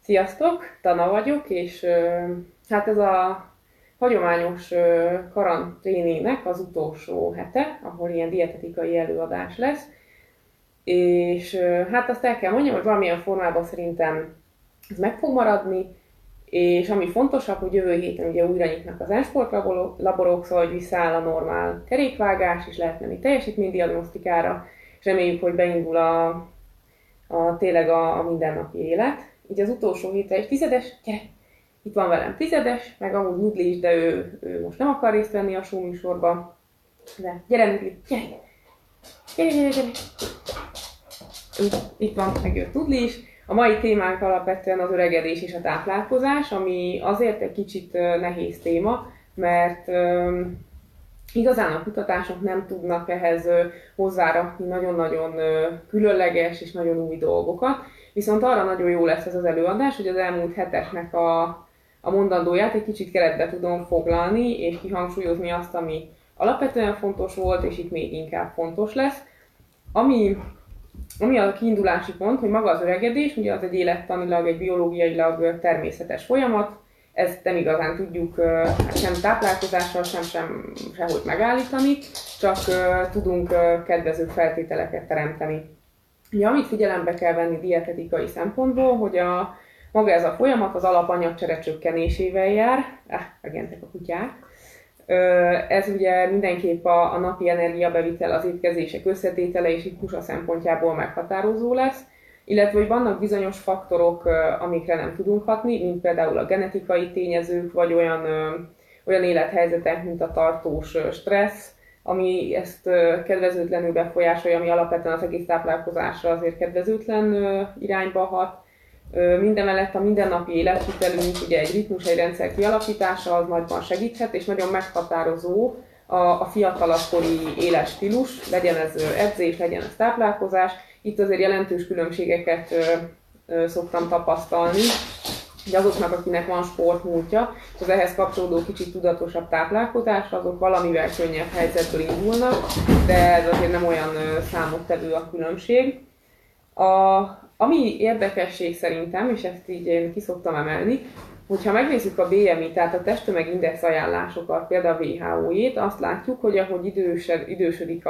Sziasztok, Tana vagyok, és hát ez a hagyományos karanténének az utolsó hete, ahol ilyen dietetikai előadás lesz, és hát azt el kell mondjam, hogy valamilyen formában szerintem ez meg fog maradni, és ami fontosabb, hogy jövő héten ugye újra nyitnak az e-sportlaborok, szóval hogy visszaáll a normál kerékvágás, és lehet menni teljesítménydiagnosztikára, és reméljük, hogy beindul tényleg a mindennapi élet. Így az utolsó hétre egy tizedes, gyere, itt van velem tizedes, meg amúgy Nudli is, de ő most nem akar részt venni a show műsorba. De gyere Nudli, gyere, gyere, gyere, gyere. Itt van, meg jött Nudli is. A mai témánk alapvetően az öregedés és a táplálkozás, ami azért egy kicsit nehéz téma, mert igazán a kutatások nem tudnak ehhez hozzárakni nagyon-nagyon különleges és nagyon új dolgokat, viszont arra nagyon jó lesz ez az előadás, hogy az elmúlt heteknek a mondandóját egy kicsit keretbe tudom foglalni, és kihangsúlyozni azt, ami alapvetően fontos volt, és itt még inkább fontos lesz. Ami a kiindulási pont, hogy maga az öregedés, ugye az egy élettanilag, egy biológiailag természetes folyamat, ezt nem igazán tudjuk sem táplálkozással, sehogy megállítani, csak tudunk kedvező feltételeket teremteni. Ugye, amit figyelembe kell venni dietetikai szempontból, hogy maga ez a folyamat az alapanyagcsere csökkenésével jár, megjelentek a kutyák. Ez ugye mindenképp a napi energiabevitel, az étkezések összetétele és ritmusa szempontjából meghatározó lesz, illetve hogy vannak bizonyos faktorok, amikre nem tudunk hatni, mint például a genetikai tényezők, vagy olyan élethelyzetek, mint a tartós stressz, ami ezt kedvezőtlenül befolyásolja, ami alapvetően az egész táplálkozásra azért kedvezőtlen irányba hat. Mindemellett a mindennapi életvitelünk, ugye egy ritmus, egy rendszer kialakítása az nagyban segíthet, és nagyon meghatározó a fiatalabbkori életstílus, legyen ez edzés, legyen ez táplálkozás. Itt azért jelentős különbségeket szoktam tapasztalni, hogy azoknak, akinek van sportmúltja, és az ehhez kapcsolódó kicsit tudatosabb táplálkozás, azok valamivel könnyebb helyzetből indulnak, de ez azért nem olyan számottevő a különbség. Ami érdekesség szerintem, és ezt így én ki szoktam emelni, hogyha megnézzük a BMI, tehát a testtömegindex ajánlásokat, például a WHO-jét, azt látjuk, hogy ahogy idősödik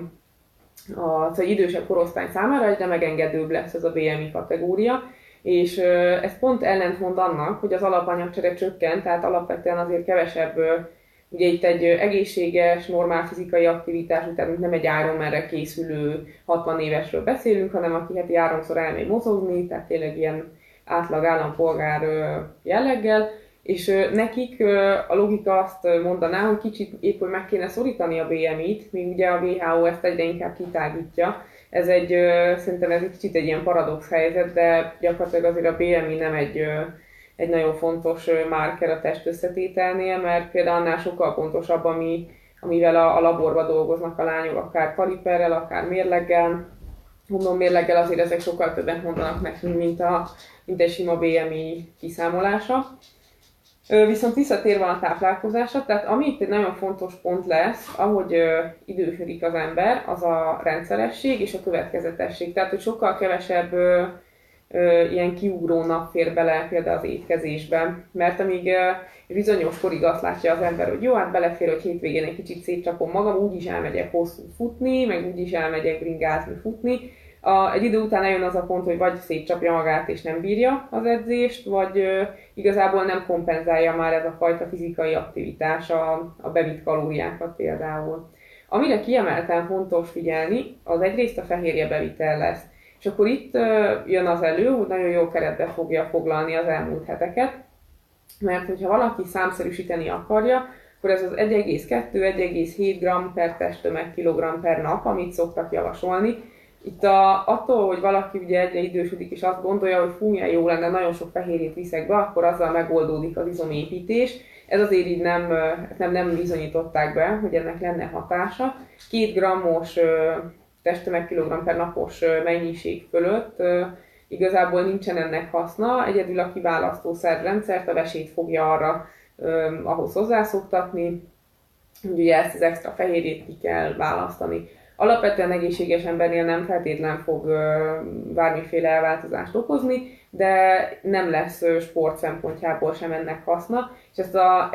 az idősebb korosztály számára, egyre megengedőbb lesz ez a BMI kategória, és ez pont ellentmond annak, hogy az alapanyagcsere csökken, tehát alapvetően azért kevesebb, ugye itt egy egészséges, normál fizikai aktivitás után nem egy Ironmanre készülő 60 évesről beszélünk, hanem aki heti 3-szor elmegy mozogni, tehát tényleg ilyen átlag állampolgár jelleggel, és nekik a logika azt mondaná, hogy kicsit épp, hogy meg kéne szorítani a BMI-t, míg ugye a WHO ezt egyre inkább kitágítja. Szerintem ez egy kicsit egy ilyen paradox helyzet, de gyakorlatilag azért a BMI nem egy nagyon fontos márker a testösszetételnél, mert például annál sokkal pontosabb, amivel a laborban dolgoznak a lányok, akár kaliperrel, akár mérleggel. Mondom, mérleggel azért ezek sokkal többet mondanak nekünk, mint egy sima BMI kiszámolása. Viszont visszatérve a táplálkozásra, tehát ami itt egy nagyon fontos pont lesz, ahogy idősödik az ember, az a rendszeresség és a következetesség. Tehát, hogy sokkal kevesebb ilyen kiugró nap fér bele például az étkezésben. Mert amíg bizonyos korig azt látja az ember, hogy jó, hát belefér, hogy hétvégén egy kicsit szétcsapom magam, úgyis elmegyek hosszú futni, meg úgyis elmegyek bringázni, futni. Egy idő után eljön az a pont, hogy vagy szétcsapja magát és nem bírja az edzést, vagy igazából nem kompenzálja már ez a fajta fizikai aktivitás a bevitt kalóriákat például. Amire kiemelten fontos figyelni, az egyrészt a fehérje bevitel lesz. És akkor itt jön az elő, hogy nagyon jó keretbe fogja foglalni az elmúlt heteket, mert hogyha valaki számszerűsíteni akarja, akkor ez az 1,2-1,7 g per testtömeg kilogramm per nap, amit szoktak javasolni. Itt attól, hogy valaki ugye egyre idősödik és azt gondolja, hogy milyen jó lenne, nagyon sok fehérjét viszek be, akkor azzal megoldódik az izomépítés. Ez azért így nem bizonyították be, hogy ennek lenne hatása. 2 grammos testtömeg kilogramm per napos mennyiség fölött igazából nincsen ennek haszna, egyedül a kiválasztó szervrendszert, a vesét fogja arra ahhoz hozzászoktatni, hogy ugye ezt az extra fehérjét ki kell választani. Alapvetően egészséges embernél nem feltétlen fog bármiféle elváltozást okozni, de nem lesz sport szempontjából sem ennek haszna, és ezt a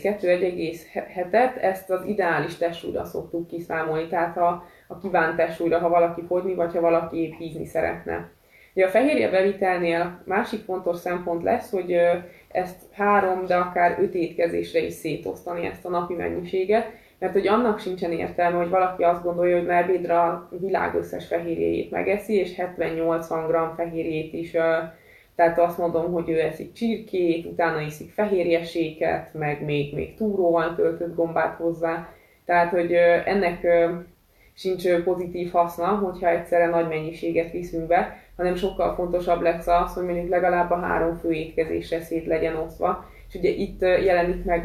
1,2-1,7-et, ezt az ideális testsúlyra szoktuk kiszámolni, tehát a kívánt testsúlyra, ha valaki fogyni, vagy ha valaki épp hízni szeretne. Ugye a fehérje bevitelnél másik fontos szempont lesz, hogy ezt 3, de akár 5 étkezésre is szétosztani ezt a napi mennyiséget, mert hogy annak sincsen értelme, hogy valaki azt gondolja, hogy már ebédre a világ összes fehérjéjét megeszi, és 70-80 g fehérjét is, tehát azt mondom, hogy ő eszik csirkét, utána iszik fehérjeséket, meg még túróval töltött gombát hozzá, tehát hogy ennek sincs pozitív haszna, hogyha egyszerre nagy mennyiséget viszünk be, hanem sokkal fontosabb lesz az, hogy mondjuk legalább a 3 fő étkezésre szét legyen osztva. És ugye itt jelenik meg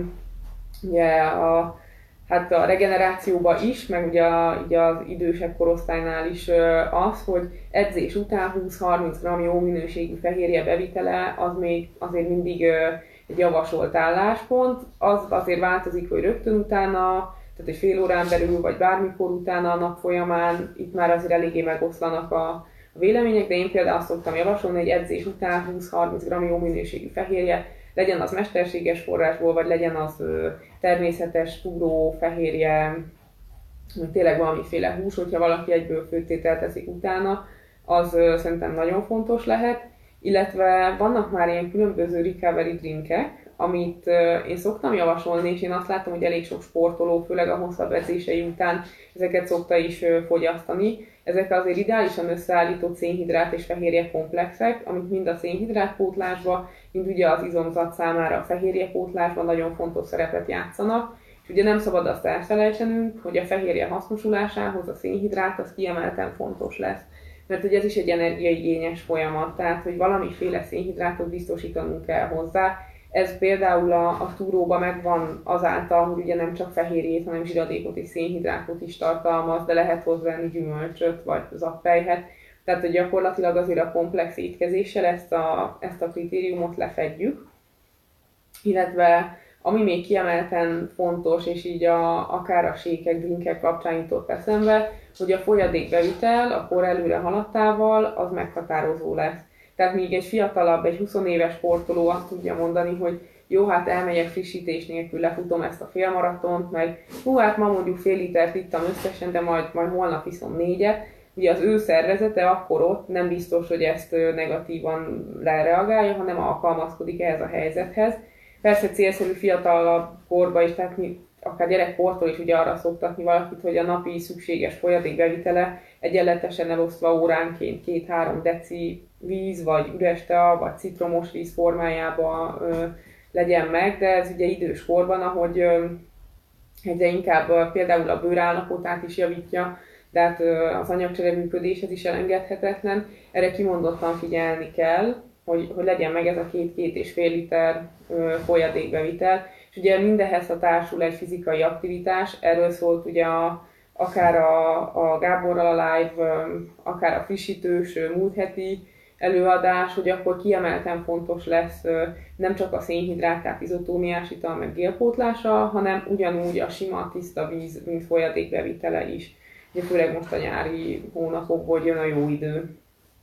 ugye hát a regenerációban is, meg ugye az idősebb korosztálynál is az, hogy edzés után 20-30 g jó minőségű fehérje bevitele az még azért mindig egy javasolt álláspont. Az azért változik, hogy rögtön utána, tehát egy fél órán belül, vagy bármikor utána a nap folyamán, itt már azért eléggé megoszlanak a vélemények, de én például azt szoktam javasolni, hogy edzés után 20-30 g jó minőségű fehérje, legyen az mesterséges forrásból, vagy legyen az természetes túró fehérje, vagy tényleg valamiféle hús, hogyha valaki egyből főtételt teszik utána, az szerintem nagyon fontos lehet. Illetve vannak már ilyen különböző recovery drinkek, amit én szoktam javasolni, és én azt látom, hogy elég sok sportoló, főleg a hosszabb edzései után ezeket szokta is fogyasztani. Ezek azért ideálisan összeállított szénhidrát és fehérje komplexek, amik mind a szénhidrátpótlásban, mind ugye az izomzat számára a fehérjepótlásban nagyon fontos szerepet játszanak. És ugye nem szabad azt elfelejtenünk, hogy a fehérje hasznosulásához a szénhidrát az kiemelten fontos lesz. Mert ugye ez is egy energiaigényes folyamat, tehát hogy valamiféle szénhidrátot biztosítanunk kell hozzá. Ez például a túróban megvan azáltal, hogy ugye nem csak fehérjét, hanem zsiradékot és szénhidrátot is tartalmaz, de lehet hozzávenni gyümölcsöt vagy zappelyhet. Tehát hogy gyakorlatilag azért a komplex étkezéssel ezt a kritériumot lefedjük. Illetve ami még kiemelten fontos, és így akár a sékek, drinkek kapcsán jutott eszembe, hogy a folyadékbevitel a kor előre haladtával az meghatározó lesz. Tehát még egy fiatalabb, egy 20 éves sportoló azt tudja mondani, hogy jó, hát elmegyek frissítés nélkül, lefutom ezt a félmaratont, meg hát ma mondjuk fél litert ittam összesen, de majd holnap viszont 4-et. Ugye az ő szervezete akkor ott nem biztos, hogy ezt negatívan lereagálja, hanem alkalmazkodik ehhez a helyzethez. Persze célszerű fiatalabb korban is, tehát akár gyerekkortól is ugye arra szoktatni valakit, hogy a napi szükséges folyadékbevitele egyenletesen elosztva óránként 2-3 deci víz, vagy üres tea, vagy citromos víz formájában legyen meg, de ez ugye idős korban, ahogy egyre inkább például a bőrállapotát is javítja, de hát az anyagcsere működéshez is elengedhetetlen. Erre kimondottan figyelni kell, hogy legyen meg ez a 2-2,5 liter folyadékbevitel. És ugye mindehhez a társul egy fizikai aktivitás, erről szólt ugye akár a Gáborral a live, akár a frissítős múlt heti előadás, hogy akkor kiemelten fontos lesz nem csak a szénhidrát, tehát izotóniás ital, meg gélpótlása, hanem ugyanúgy a sima, tiszta víz, mint folyadékbevitele is. Ugye főleg most a nyári hónapokból jön a jó idő.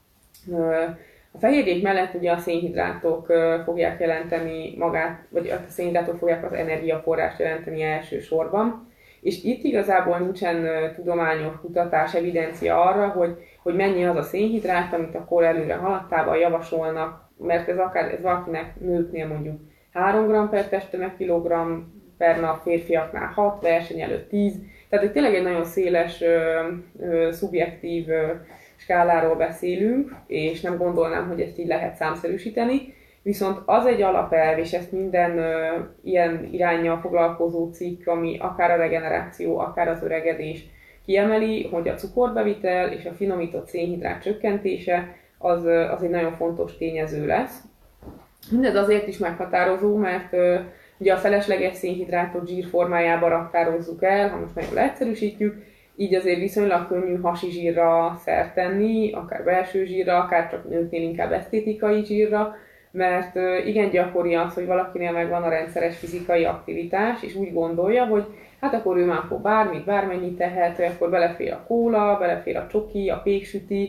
A fehérjék mellett ugye a szénhidrátok fogják jelenteni magát, vagy a szénhidrátok fogják az energiaforrást jelenteni elsősorban. És itt igazából nincsen tudományos kutatás, evidencia arra, hogy mennyi az a szénhidrát, amit a kor előre haladtával javasolnak, mert ez valakinek nőknél mondjuk 3 g per testtömeg kilogramm per nap, férfiaknál 6, verseny előtt 10. Tehát hogy tényleg egy nagyon széles, szubjektív skáláról beszélünk, és nem gondolnám, hogy ezt így lehet számszerűsíteni. Viszont az egy alapelv, és ezt minden ilyen iránnyal foglalkozó cikk, ami akár a regeneráció, akár az öregedés kiemeli, hogy a cukorbevitel és a finomított szénhidrát csökkentése az egy nagyon fontos tényező lesz. Mindez azért is meghatározó, mert ugye a felesleges szénhidrátot zsír formájába raktározzuk el, ha most nagyon leegyszerűsítjük, így azért viszonylag könnyű hasi zsírra szert tenni, akár belső zsírra, akár csak nőknél inkább esztétikai zsírra, mert igen gyakori az, hogy valakinél megvan a rendszeres fizikai aktivitás, és úgy gondolja, hogy hát akkor ő már bármennyit tehet, hogy akkor belefér a kóla, belefér a csoki, a péksüti,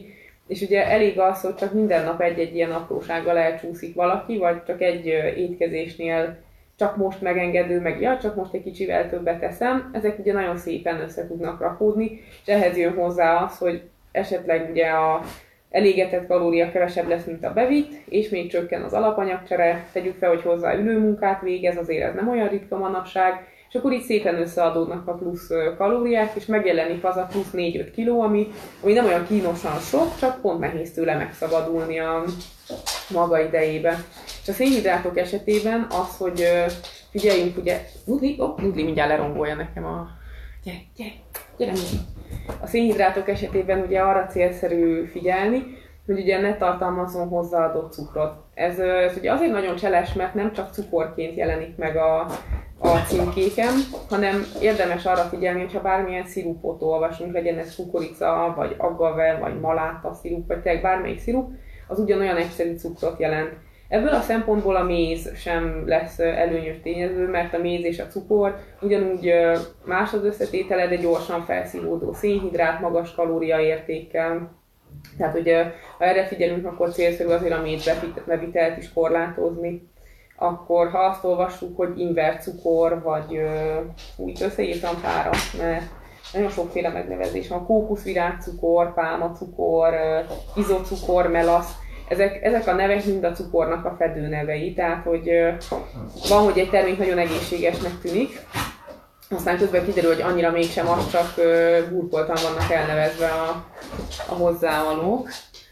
és ugye elég az, hogy csak minden nap egy-egy ilyen aprósággal elcsúszik valaki, vagy csak egy étkezésnél csak most megengedő, meg ja, csak most egy kicsivel többet eszem, ezek ugye nagyon szépen össze tudnak rakódni, és ehhez jön hozzá az, hogy esetleg ugye a elégetett kalória kevesebb lesz, mint a bevitt, és még csökken az alapanyagcsere, tegyük fel, hogy hozzá ülőmunkát végez, azért ez nem olyan ritka manapság, és akkor így szépen összeadódnak a plusz kalóriák, és megjelenik az a plusz 4-5 kiló, ami nem olyan kínosan sok, csak pont nehéz tőle megszabadulni a maga idejébe. És a szénhidrátok esetében az, hogy figyeljünk, ugye, Nudli mindjárt lerongolja nekem a... Gyere, Nudli! A szénhidrátok esetében ugye arra célszerű figyelni, hogy ugye ne tartalmazzon hozzáadott cukrot. Ez ugye azért nagyon cseles, mert nem csak cukorként jelenik meg a címkéken, hanem érdemes arra figyelni, hogyha bármilyen szirupot olvasunk, legyen ez kukorica, vagy agave, vagy maláta szirup, vagy tényleg bármelyik szirup, az ugyanolyan egyszerű cukrot jelent. Ebből a szempontból a méz sem lesz előnyös tényező, mert a méz és a cukor ugyanúgy más az összetétele, de gyorsan felszívódó szénhidrát, magas kalóriaértékkel. Tehát, hogy ha erre figyelünk, akkor célszerű azért a mézbevitelt is korlátozni. Akkor ha azt olvassuk, hogy invercukor, vagy úgy összeírtam pára, mert nagyon sokféle megnevezés van, kókuszvirágcukor, pálmacukor, izocukor, melasz, ezek a nevek mind a cukornak a fedőnevei, tehát hogy van, hogy egy termék nagyon egészségesnek tűnik, aztán közben kiderül, hogy annyira mégsem az, csak burkoltan vannak elnevezve a hozzávalók.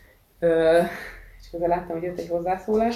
És közben láttam, hogy jött egy hozzászólás.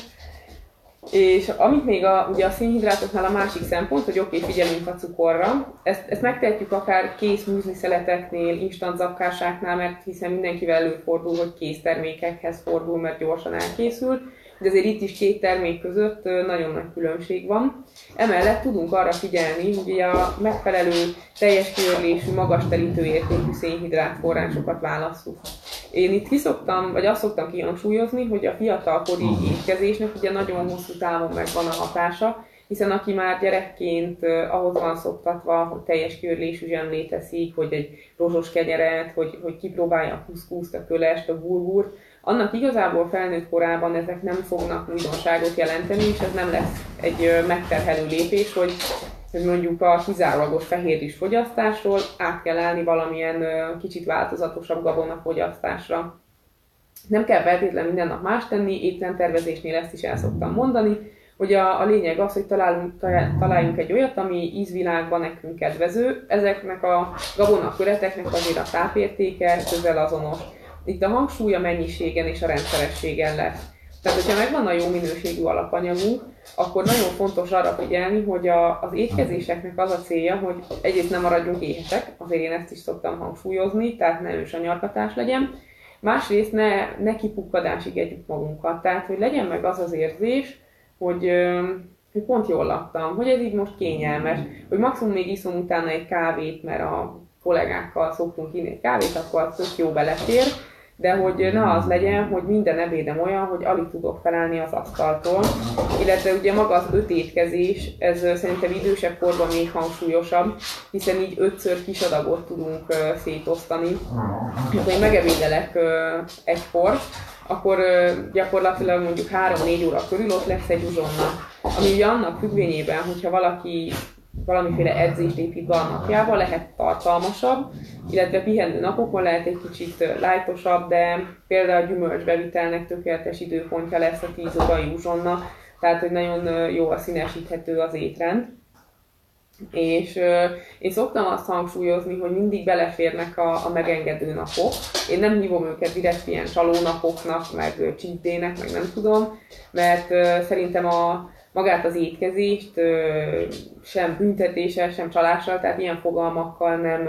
És amit még ugye a szénhidrátoknál a másik szempont, hogy oké, figyelünk a cukorra. Ezt megtehetjük akár kész műzliszeleteknél, instant zapkásáknál, mert hiszen mindenkivel előfordul, hogy kész termékekhez fordul, mert gyorsan elkészül. De azért itt is két termék között nagyon nagy különbség van. Emellett tudunk arra figyelni, hogy a megfelelő teljes kiörlésű, magas telítőértékű szénhidrát forrásokat válasszuk. Én itt azt szoktam kihangsúlyozni, hogy a fiatalkori étkezésnek ugye nagyon hosszú távon megvan a hatása, hiszen aki már gyerekként ahhoz van szoktatva, hogy teljes kiörlésű zsemlét eszik, hogy egy rozsos kenyeret, hogy kipróbálja a kuszkuszt, a kölest, a bulgurt, annak igazából felnőtt korában ezek nem fognak újdonságot jelenteni, és ez nem lesz egy megterhelő lépés, hogy mondjuk a kizárólagos fehérrizs fogyasztásról át kell állni valamilyen kicsit változatosabb gabonafogyasztásra. Nem kell feltétlenül minden nap más tenni, étrendtervezésnél ezt is el szoktam mondani, hogy a lényeg az, hogy találjunk egy olyat, ami ízvilágban nekünk kedvező. Ezeknek a gabonaköreteknek azért a tápértéke közel azonos. Itt a hangsúly a mennyiségen és a rendszerességen lesz. Tehát, hogyha megvan a jó minőségű alapanyagunk, akkor nagyon fontos arra figyelni, hogy az étkezéseknek az a célja, hogy egyrészt nem maradjunk éhesek, azért én ezt is szoktam hangsúlyozni, tehát ne ősanyargatás legyen. Másrészt ne kipukkadásig együk magunkat, tehát hogy legyen meg az az érzés, hogy pont jól laktam, hogy ez így most kényelmes, hogy maximum még iszom utána egy kávét, mert a kollégákkal szoktunk inni egy kávét, akkor az tök jó belefér, de hogy ne az legyen, hogy minden ebédem olyan, hogy alig tudok felállni az asztaltól, illetve ugye maga az 5 étkezés, ez szerintem idősebb korban még hangsúlyosabb, hiszen így 5-ször kis adagot tudunk szétosztani. Ha én megebédelek egykor, akkor gyakorlatilag mondjuk 3-4 óra körül ott lesz egy uzsonna, ami ugye annak függvényében, hogyha valaki valamiféle edzést épít be a napjába, lehet tartalmasabb, illetve pihenő napokon lehet egy kicsit lightosabb, de például a gyümölcsbevitelnek tökéletes időpontja lesz a 10 órai uzsonna, tehát hogy nagyon jól színesíthető az étrend. És én szoktam azt hangsúlyozni, hogy mindig beleférnek a megengedő napok. Én nem hívom őket direkt ilyen csalónapoknak, meg cheat day-nek, meg nem tudom, mert szerintem magát az étkezést sem büntetéssel, sem csalással, tehát ilyen fogalmakkal nem...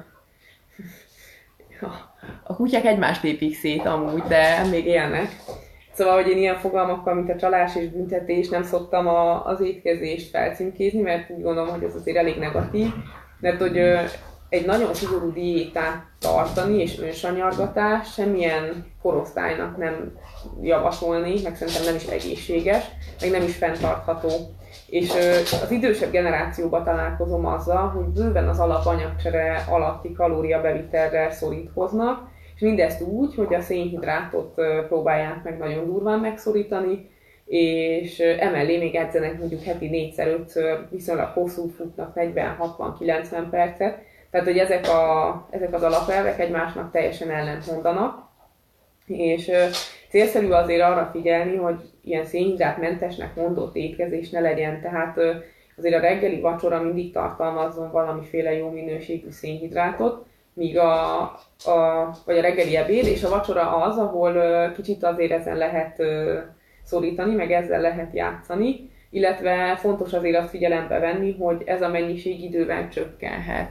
A kutyák egymást tépik szét amúgy, de még élnek. Szóval, hogy én ilyen fogalmakkal, mint a csalás és büntetés nem szoktam az étkezést felcímkézni, mert úgy gondolom, hogy ez azért elég negatív, mert hogy egy nagyon szigorú diétát tartani és önsanyargatás semmilyen korosztálynak nem javasolni, meg szerintem nem is egészséges, meg nem is fenntartható. És az idősebb generációban találkozom azzal, hogy bőven az alapanyagcsere alatti kalóriabevitelre szorítkoznak, és mindezt úgy, hogy a szénhidrátot próbálják meg nagyon durván megszorítani, és emellé még edzenek mondjuk heti 4-5-ször, viszonylag hosszú futnak 40-60-90 percet, tehát hogy ezek az alapelvek egymásnak teljesen ellentmondanak, és célszerű azért arra figyelni, hogy ilyen szénhidrátmentesnek mondott étkezés ne legyen, tehát azért a reggeli vacsora mindig tartalmazzon valamiféle jó minőségű szénhidrátot, míg vagy a reggeli ebéd, és a vacsora az, ahol kicsit azért ezen lehet szorítani, meg ezzel lehet játszani, illetve fontos azért azt figyelembe venni, hogy ez a mennyiség idővel csökkenhet.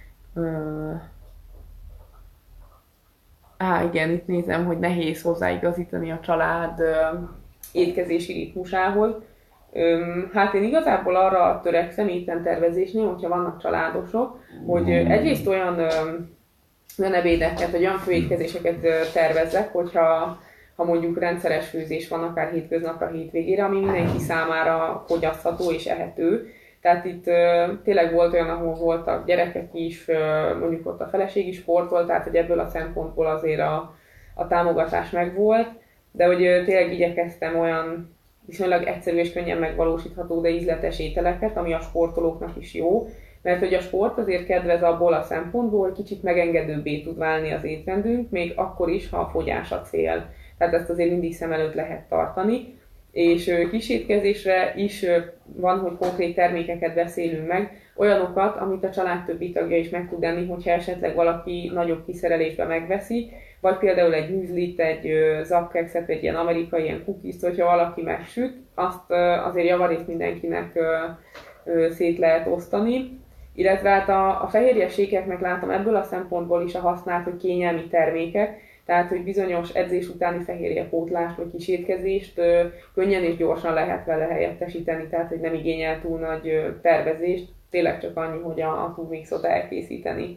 Igen, itt nézem, hogy nehéz hozzáigazítani a család étkezési ritmusához. Hát én igazából arra törekszem étrendtervezésnél, hogyha vannak családosok, hogy egyrészt olyan ebédeket, vagy olyan főétkezéseket tervezzek, hogyha mondjuk rendszeres főzés van, akár hétköznapra, hétvégére, ami mindenki számára fogyasztható és ehető. Tehát itt tényleg volt olyan, ahol voltak gyerekek is, mondjuk ott a feleség is sportolt, tehát hogy ebből a szempontból azért a támogatás megvolt, de hogy tényleg igyekeztem olyan viszonylag egyszerű és könnyen megvalósítható, de ízletes ételeket, ami a sportolóknak is jó, mert hogy a sport azért kedvez abból a szempontból, hogy kicsit megengedőbbé tud válni az étrendünk, még akkor is, ha a fogyás a cél. Tehát ezt azért mindig szem előtt lehet tartani. És kísérletezésre is van, hogy konkrét termékeket beszélünk meg, olyanokat, amit a család többi tagja is meg tud enni, hogyha esetleg valaki nagyobb kiszerelésbe megveszi, vagy például egy műzlit, egy zapkekszet, egy ilyen amerikai ilyen cookies-t, hogyha valaki megsüt, azt azért javarészt mindenkinek szét lehet osztani. Illetve hát a fehérjeségeknek látom ebből a szempontból is a használt, hogy kényelmi termékek, tehát, hogy bizonyos edzés utáni fehérjepótlást vagy kísérletezést könnyen és gyorsan lehet vele helyettesíteni, tehát, hogy nem igényel túl nagy tervezést, tényleg csak annyi, hogy a túlmixot elkészíteni.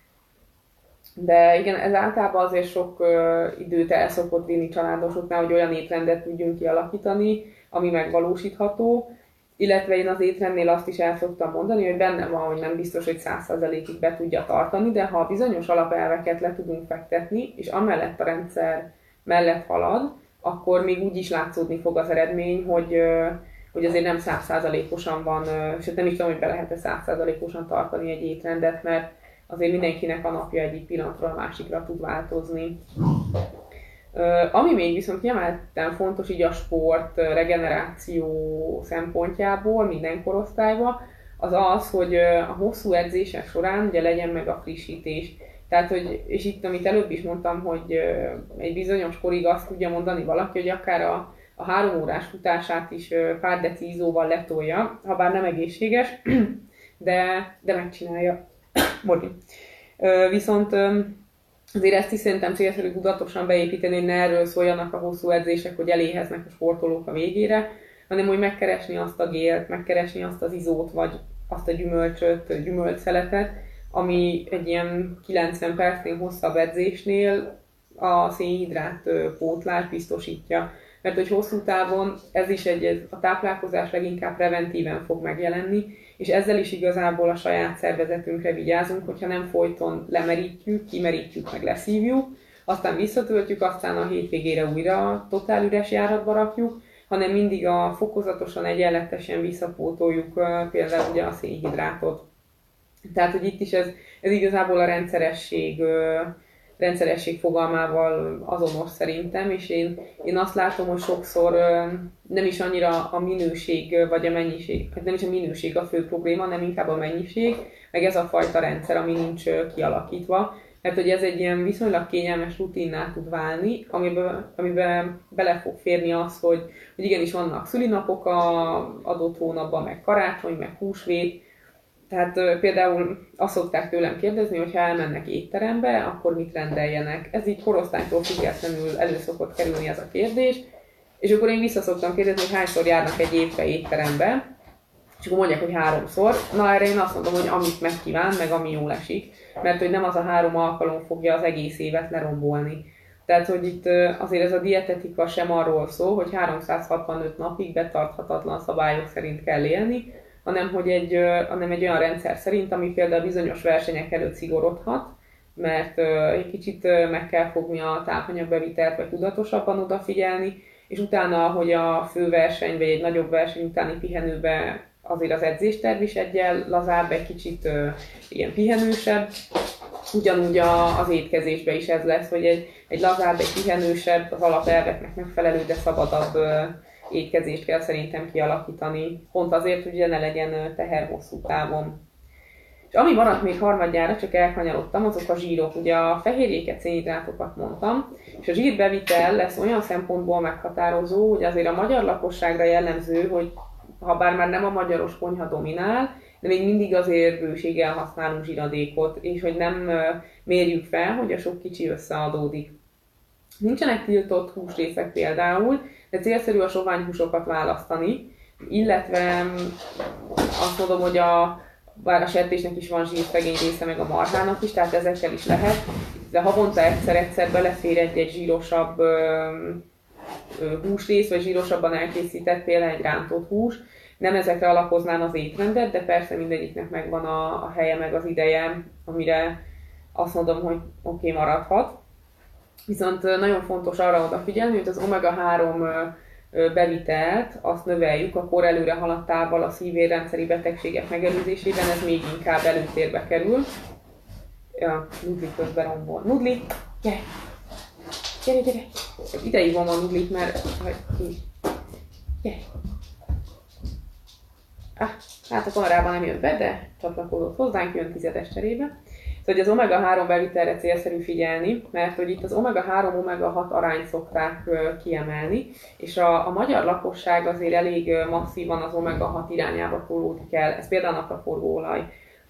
De igen, ez általában azért sok időt el szokott vinni családosoknál, hogy olyan étrendet tudjunk kialakítani, ami megvalósítható, illetve én az étrendnél azt is el szoktam mondani, hogy benne van, hogy nem biztos, hogy 100%-ig be tudja tartani, de ha bizonyos alapelveket le tudunk fektetni, és amellett a rendszer mellett halad, akkor még úgy is látszódni fog az eredmény, hogy azért nem 100%-osan van, sőt nem is tudom, hogy be lehet-e 100%-osan tartani egy étrendet, mert azért mindenkinek a napja egyik pillanatról a másikra tud változni. Ami még viszont kiemelten fontos így a sport, regeneráció szempontjából minden korosztályban, az az, hogy a hosszú edzések során ugye legyen meg a frissítés. Tehát, hogy, és itt, amit előbb is mondtam, hogy egy bizonyos korig azt tudja mondani valaki, hogy akár a 3 órás futását is pár deci ízóval letolja, ha bár nem egészséges, de megcsinálja. Viszont azért ezt is szerintem célszerű tudatosan beépíteni, hogy ne erről szóljanak a hosszú edzések, hogy eléheznek a sportolók a végére, hanem hogy megkeresni azt a gélt, megkeresni azt az izót, vagy azt a gyümölcsöt, gyümölcsszeletet, ami egy ilyen 90 percnél hosszabb edzésnél a szénhidrát pótlás biztosítja. Mert hogy hosszú távon ez is a táplálkozás leginkább preventíven fog megjelenni, és ezzel is igazából a saját szervezetünkre vigyázunk, hogyha nem folyton lemerítjük, kimerítjük, meg leszívjuk, aztán visszatöltjük, aztán a hétvégére újra totál üres járatba rakjuk, hanem mindig fokozatosan, egyenletesen visszapótoljuk például ugye a szénhidrátot. Tehát, hogy itt is ez igazából a rendszeresség fogalmával azonos szerintem, és én azt látom, hogy sokszor nem is annyira a minőség vagy a mennyiség, nem is a minőség a fő probléma, hanem inkább a mennyiség, meg ez a fajta rendszer, ami nincs kialakítva. Mert hogy ez egy ilyen viszonylag kényelmes rutinná tud válni, amiben bele fog férni az, hogy igenis vannak szülinapok az adott hónapban, meg karácsony, meg húsvét. Tehát például azt szokták tőlem kérdezni, hogy ha elmennek étterembe, akkor mit rendeljenek. Ez így korosztálytól függetlenül elő szokott kerülni ez a kérdés. És akkor én vissza szoktam kérdezni, hogy hányszor járnak egy évbe étterembe, és akkor mondják, hogy 3-szor. Na erre én azt mondom, hogy amit megkíván, meg ami jól esik. Mert hogy nem az a 3 alkalom fogja az egész évet lerombolni. Tehát, hogy itt azért ez a dietetika sem arról szól, hogy 365 napig betarthatatlan szabályok szerint kell élni, hanem egy olyan rendszer szerint, ami például bizonyos versenyek előtt szigorodhat, mert egy kicsit meg kell fogni a tápanyagbevitelt, vagy tudatosabban odafigyelni, és utána, hogy a főverseny, vagy egy nagyobb verseny utáni pihenőbe azért az edzésterv is egyel lazább, egy kicsit ilyen pihenősebb. Ugyanúgy az étkezésben is ez lesz, hogy egy lazább, egy pihenősebb, az alapelveknek megfelelő, de szabadabb étkezést kell szerintem kialakítani. Pont azért, hogy ne legyen teher hosszú távon. És ami maradt még harmadjára, csak elkanyarodtam, azok a zsírok. Ugye a fehérjéket, szénhidrátokat mondtam, és a zsírbevitel lesz olyan szempontból meghatározó, hogy azért a magyar lakosságra jellemző, hogy ha bár már nem a magyaros konyha dominál, de még mindig azért bőséggel használunk zsíradékot, és hogy nem mérjük fel, hogy a sok kicsi összeadódik. Nincsenek tiltott húsrészek például, de célszerű a soványhúsokat választani, illetve azt mondom, hogy bár a sertésnek is van zsírszegény része, meg a marhának is, tehát ezekkel is lehet, de havonta egyszer belefér egy zsírosabb húsrész, vagy zsírosabban elkészített, például egy rántott hús. Nem ezekre alapoznám az étrendet, de persze mindegyiknek megvan a helye, meg az ideje, amire azt mondom, hogy oké, maradhat. Viszont nagyon fontos arra odafigyelni, hogy az omega-3 bevitelt, azt növeljük a kor előre haladtával a szív-érrendszeri betegségek megelőzésében, ez még inkább előtérbe kerül. Ja, Nudli közben rombol. Nudli, gyere! Gyere! Ide hívom a Nudlit, mert... Gyere! Hát a kamerában nem jött be, de csatlakozott hozzánk, jön 10-es cserébe. Szóval az omega-3 bevitelre célszerű figyelni, mert hogy itt az omega-3, omega-6 arányt szokták kiemelni, és a magyar lakosság azért elég masszívan az omega-6 irányába tolódik el, ez például a napraforgóolaj.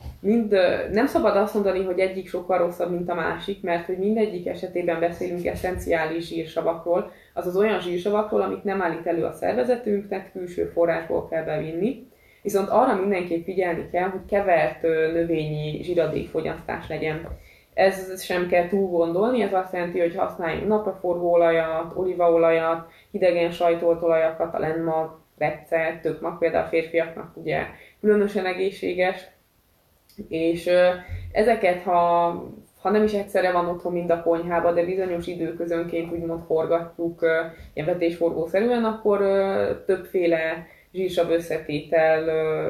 Nem szabad azt mondani, hogy egyik sokkal rosszabb, mint a másik, mert hogy mindegyik esetében beszélünk eszenciális zsírsavakról, azaz olyan zsírsavakról, amit nem állít elő a szervezetünknek, külső forrásból kell bevinni. Viszont arra mindenképp figyelni kell, hogy kevert növényi zsíradékfogyasztás legyen. Ez sem kell túl gondolni, ez azt jelenti, hogy használjunk napraforgóolajat, olívaolajat, hidegen sajtolt olajakat, a lenmag, repce, tökmag, például a férfiaknak ugye különösen egészséges. És ezeket, ha nem is egyszerre van otthon mind a konyhában, de bizonyos időközönként úgymond forgatjuk ilyen vetésforgószerűen, akkor többféle zsírsav összetétel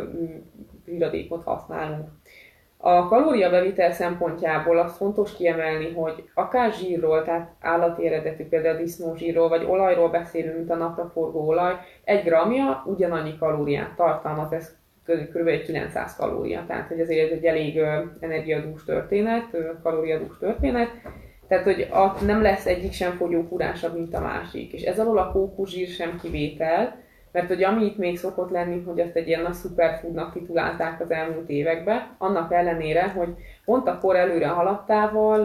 zsíradékot használunk. A kalóriabevitel szempontjából az fontos kiemelni, hogy akár zsírról, tehát állati eredetű, például disznózsírról vagy olajról beszélünk, mint a napraforgó olaj, 1 gramja ugyanannyi kalóriát tartalmaz, ez kb. 900 kalória, tehát hogy azért ez egy elég energiadús történet, kalóriadús történet, tehát hogy nem lesz egyik sem fogyókúrásabb, mint a másik. És ez alól a kókuszsír sem kivétel, mert hogy ami itt még szokott lenni, hogy azt egy ilyen nagy superfoodnak titulálták az elmúlt években, annak ellenére, hogy pont a kor előre haladtával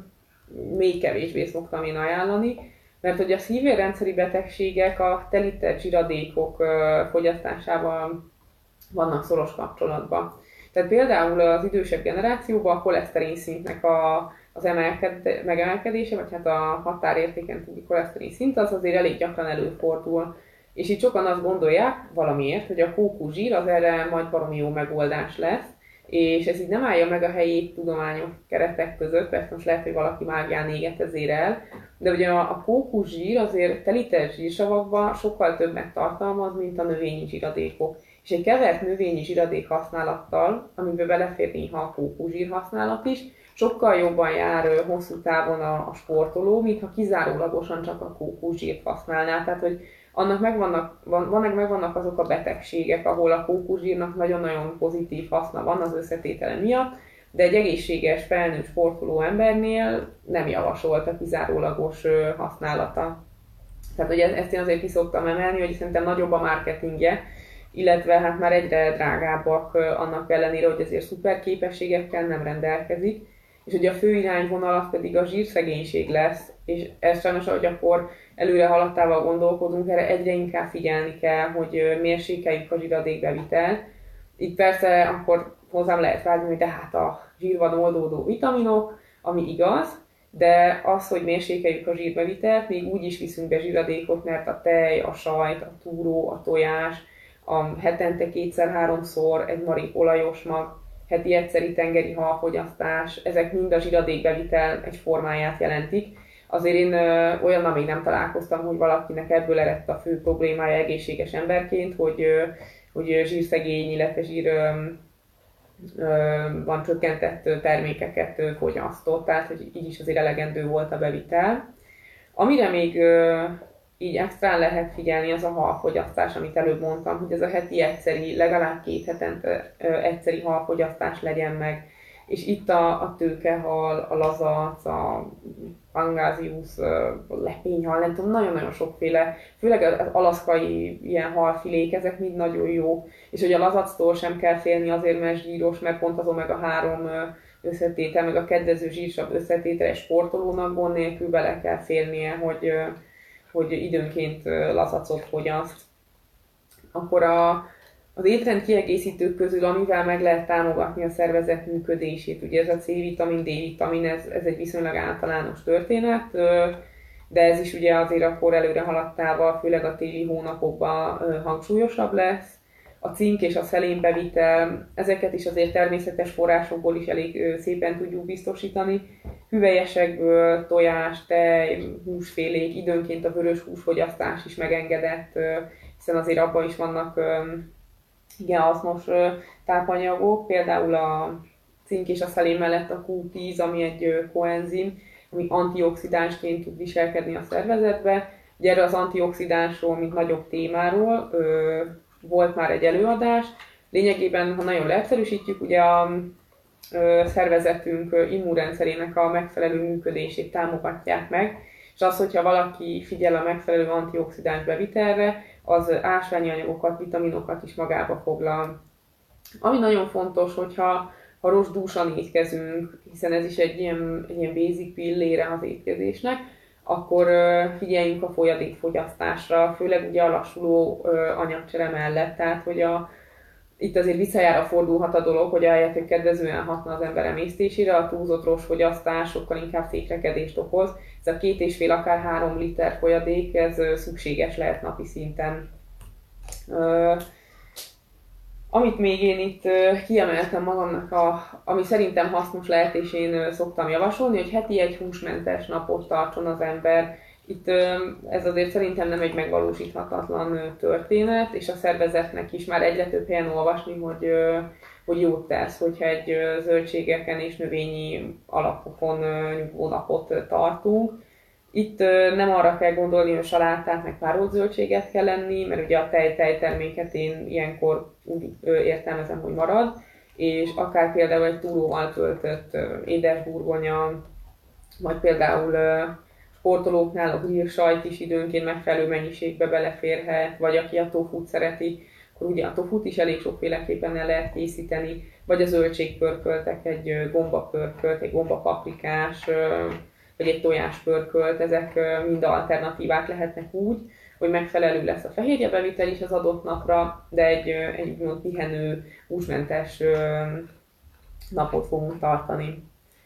még kevésbé szoktam én ajánlani, mert hogy a szív-érrendszeri betegségek a telített zsíradékok fogyasztásával vannak szoros kapcsolatban. Tehát például az idősebb generációban a koleszterin szintnek az megemelkedése, vagy hát a határértéken túli koleszterin szint az azért elég gyakran előfordul. És itt sokan azt gondolják valamiért, hogy a kókuszsír az erre majd baromi jó megoldás lesz, és ez így nem állja meg a helyét tudományos keretek között, mert most lehet, hogy valaki mágián éget ezért el, de ugye a kókuszsír azért telített zsírsavakban sokkal többet tartalmaz, mint a növényi zsíradékok. És egy kevert növényi zsíradék használattal, amiben belefér néha a kókuszsír használat is, sokkal jobban jár hosszú távon a sportoló, mintha kizárólagosan csak a kókuszsírt használná. Tehát, hogy annak megvannak azok a betegségek, ahol a kókuszsírnak nagyon-nagyon pozitív haszna van az összetétele miatt, de egy egészséges felnőtt sportoló embernél nem javasolt a kizárólagos használata. Tehát hogy ezt én azért ki szoktam emelni, hogy szerintem nagyobb a marketingje, illetve hát már egyre drágábbak annak ellenére, hogy ezért szuper képességekkel nem rendelkezik, és hogy a fő irányvonal az pedig a zsírszegénység lesz, és ez sajnos, ahogy akkor előre haladtával gondolkodunk, erre egyre inkább figyelni kell, hogy mérsékeljük a zsíradékbevitelt. Itt persze akkor hozzám lehet vágni, hogy de hát a zsírban oldódó vitaminok, ami igaz, de az, hogy mérsékeljük a zsírbevitelt, még úgy is viszünk be zsíradékot, mert a tej, a sajt, a túró, a tojás, a hetente 2-3-szor egy marék olajos mag, heti egyszeri tengeri halfogyasztás, ezek mind a zsiradékbevitel egy formáját jelentik. Azért én olyannal még nem találkoztam, hogy valakinek ebből eredt a fő problémája egészséges emberként, hogy zsírszegény, illetve van csökkentett termékeket fogyasztott, tehát hogy így is azért elegendő volt a bevitel. Amire még így extrán lehet figyelni, az a halfogyasztás, amit előbb mondtam, hogy ez a heti egyszeri, legalább 2 hetente egyszeri halfogyasztás legyen meg. És itt a tőkehal, a lazac, a pangáziusz, lepényhal, nem tudom, nagyon-nagyon sokféle, főleg az alaszkai ilyen halfilék, ezek mind nagyon jó. És hogy a lazactól sem kell félni azért, mert zsíros, mert pont az omega-3 összetétel, meg a kedvező zsírsav összetétel egy sportolónak gond nélkül bele kell férnie, hogy időnként lazacot fogyaszt. Akkor az étrend kiegészítők közül, amivel meg lehet támogatni a szervezet működését, ugye ez a C-vitamin, D-vitamin, ez egy viszonylag általános történet, de ez is ugye azért akkor előre haladtával, főleg a téli hónapokban hangsúlyosabb lesz. A cink és a szelén bevitel, ezeket is azért természetes forrásokból is elég szépen tudjuk biztosítani. Hüvelyesekből, tojás, tej, húsfélék, időnként a vörös húsfogyasztás is megengedett, hiszen azért abban is vannak igen hasznos tápanyagok, például a cink és a szelén mellett a Q10, ami egy koenzim, ami antioxidánsként tud viselkedni a szervezetbe. Ugye erről az antioxidánsról, mint nagyobb témáról volt már egy előadás. Lényegében, ha nagyon leegyszerűsítjük, ugye a szervezetünk immunrendszerének a megfelelő működését támogatják meg, és az, hogyha valaki figyel a megfelelő antioxidáns bevitelre, az ásványi anyagokat, vitaminokat is magába foglal. Ami nagyon fontos, hogyha rostdúsan étkezünk, hiszen ez is egy ilyen basic pillére az étkezésnek, akkor figyeljünk a folyadékfogyasztásra, főleg ugye a lassuló anyagcsere mellett, tehát hogy itt azért visszajára fordulhat a dolog, hogy ahelyett, hogy kedvezően hatna az ember emésztésére, a túlzott rostfogyasztás sokkal inkább fékrekedést okoz. Ez a 2,5 akár 3 liter folyadék, ez szükséges lehet napi szinten. Amit még én itt kiemeltem magamnak, ami szerintem hasznos lehet, és én szoktam javasolni, hogy heti egy húsmentes napot tartson az ember. Itt ez azért szerintem nem egy megvalósíthatatlan történet, és a szervezetnek is már egyre több helyen olvasni, hogy jót tesz, hogyha egy zöldségeken és növényi alapokon nyugvó napot tartunk. Itt nem arra kell gondolni, hogy salátát meg párolt zöldséget kell lenni, mert ugye a tejterméket én ilyenkor úgy értelmezem, hogy marad, és akár például egy túróval töltött édesburgonya, vagy például sportolóknál a grill sajt is időnként megfelelő mennyiségbe beleférhet, vagy aki a tofut szereti, akkor ugye a tofut is elég sokféleképpen el lehet készíteni, vagy a zöldségpörköltek, egy gombapörkölt, egy gombapaprikás, vagy egy tojáspörkölt, ezek mind alternatívák lehetnek úgy, hogy megfelelő lesz a fehérjebevitel is az adott napra, de egy úgymond pihenő, húsmentes napot fogunk tartani.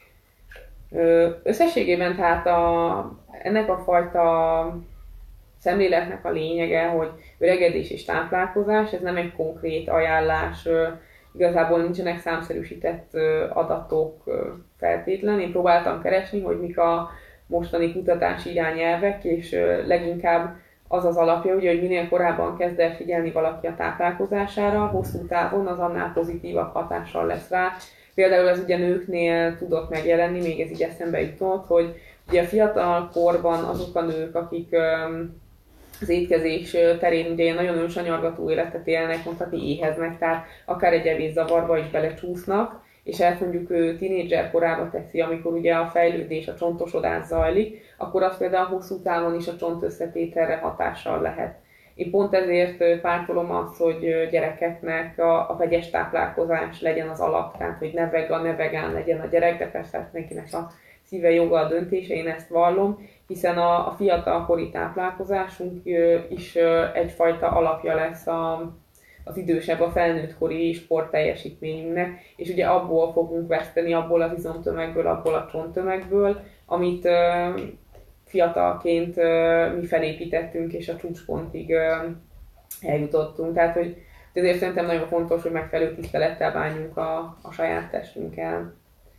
Összességében tehát ennek a fajta szemléletnek a lényege, hogy öregedés és táplálkozás, ez nem egy konkrét ajánlás, igazából nincsenek számszerűsített adatok feltétlen. Én próbáltam keresni, hogy mik a mostani kutatási irányelvek, és leginkább az az alapja, ugye, hogy minél korábban kezd el figyelni valaki a táplálkozására, hosszú távon az annál pozitívabb hatással lesz rá. Például ez ugye nőknél tudott megjelenni, még ez így eszembe jutott, hogy ugye a fiatal korban azok a nők, akik az étkezés terén ugye nagyon önsanyargató életet élnek, mondhatni éheznek, tehát akár egy evészavarba is belecsúsznak, és ezt mondjuk ő tínédzser korába teszi, amikor ugye a fejlődés, a csontosodás zajlik, akkor az például hosszú távon is a csont összetételre hatással lehet. Én pont ezért pártolom azt, hogy gyerekeknek a vegyes táplálkozás legyen az alap, tehát hogy ne vegan, ne vegán legyen a gyerek, de persze mindenkinek a szíve joga a döntése, én ezt vallom, hiszen a fiatalkori táplálkozásunk is egyfajta alapja lesz az idősebb, a felnőttkori sportteljesítményünknek, és ugye abból fogunk veszteni, abból az izomtömegből, abból a csonttömegből, amit fiatalként mi felépítettünk, és a csúcspontig eljutottunk. Tehát, hogy Ezért szerintem nagyon fontos, hogy megfelelő tisztelettel bánjunk a saját testünkkel.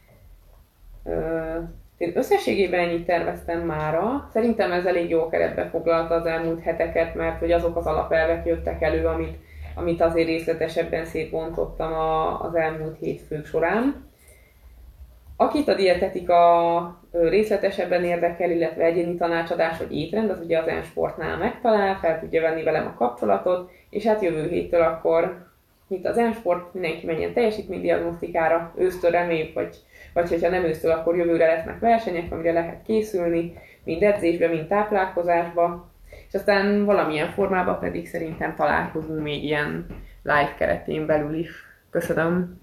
Én összességében ennyit terveztem mára. Szerintem ez elég jó keretbe foglalta az elmúlt heteket, mert hogy azok az alapelvek jöttek elő, amit azért részletesebben szétbontottam az elmúlt hétfők során. Akit a dietetika részletesebben érdekel, illetve egyéni tanácsadás vagy étrend, az ugye az N-Sportnál megtalál, fel tudja venni velem a kapcsolatot, és hát jövő héttől akkor, mint az N-Sport, mindenki menjen teljesítménydiagnosztikára, ősztől reméljük, vagy hogyha nem ősztől, akkor jövőre lesznek versenyek, amire lehet készülni, mind edzésbe, mind táplálkozásba, és aztán valamilyen formában pedig szerintem találkozunk még ilyen live keretén belül is. Köszönöm!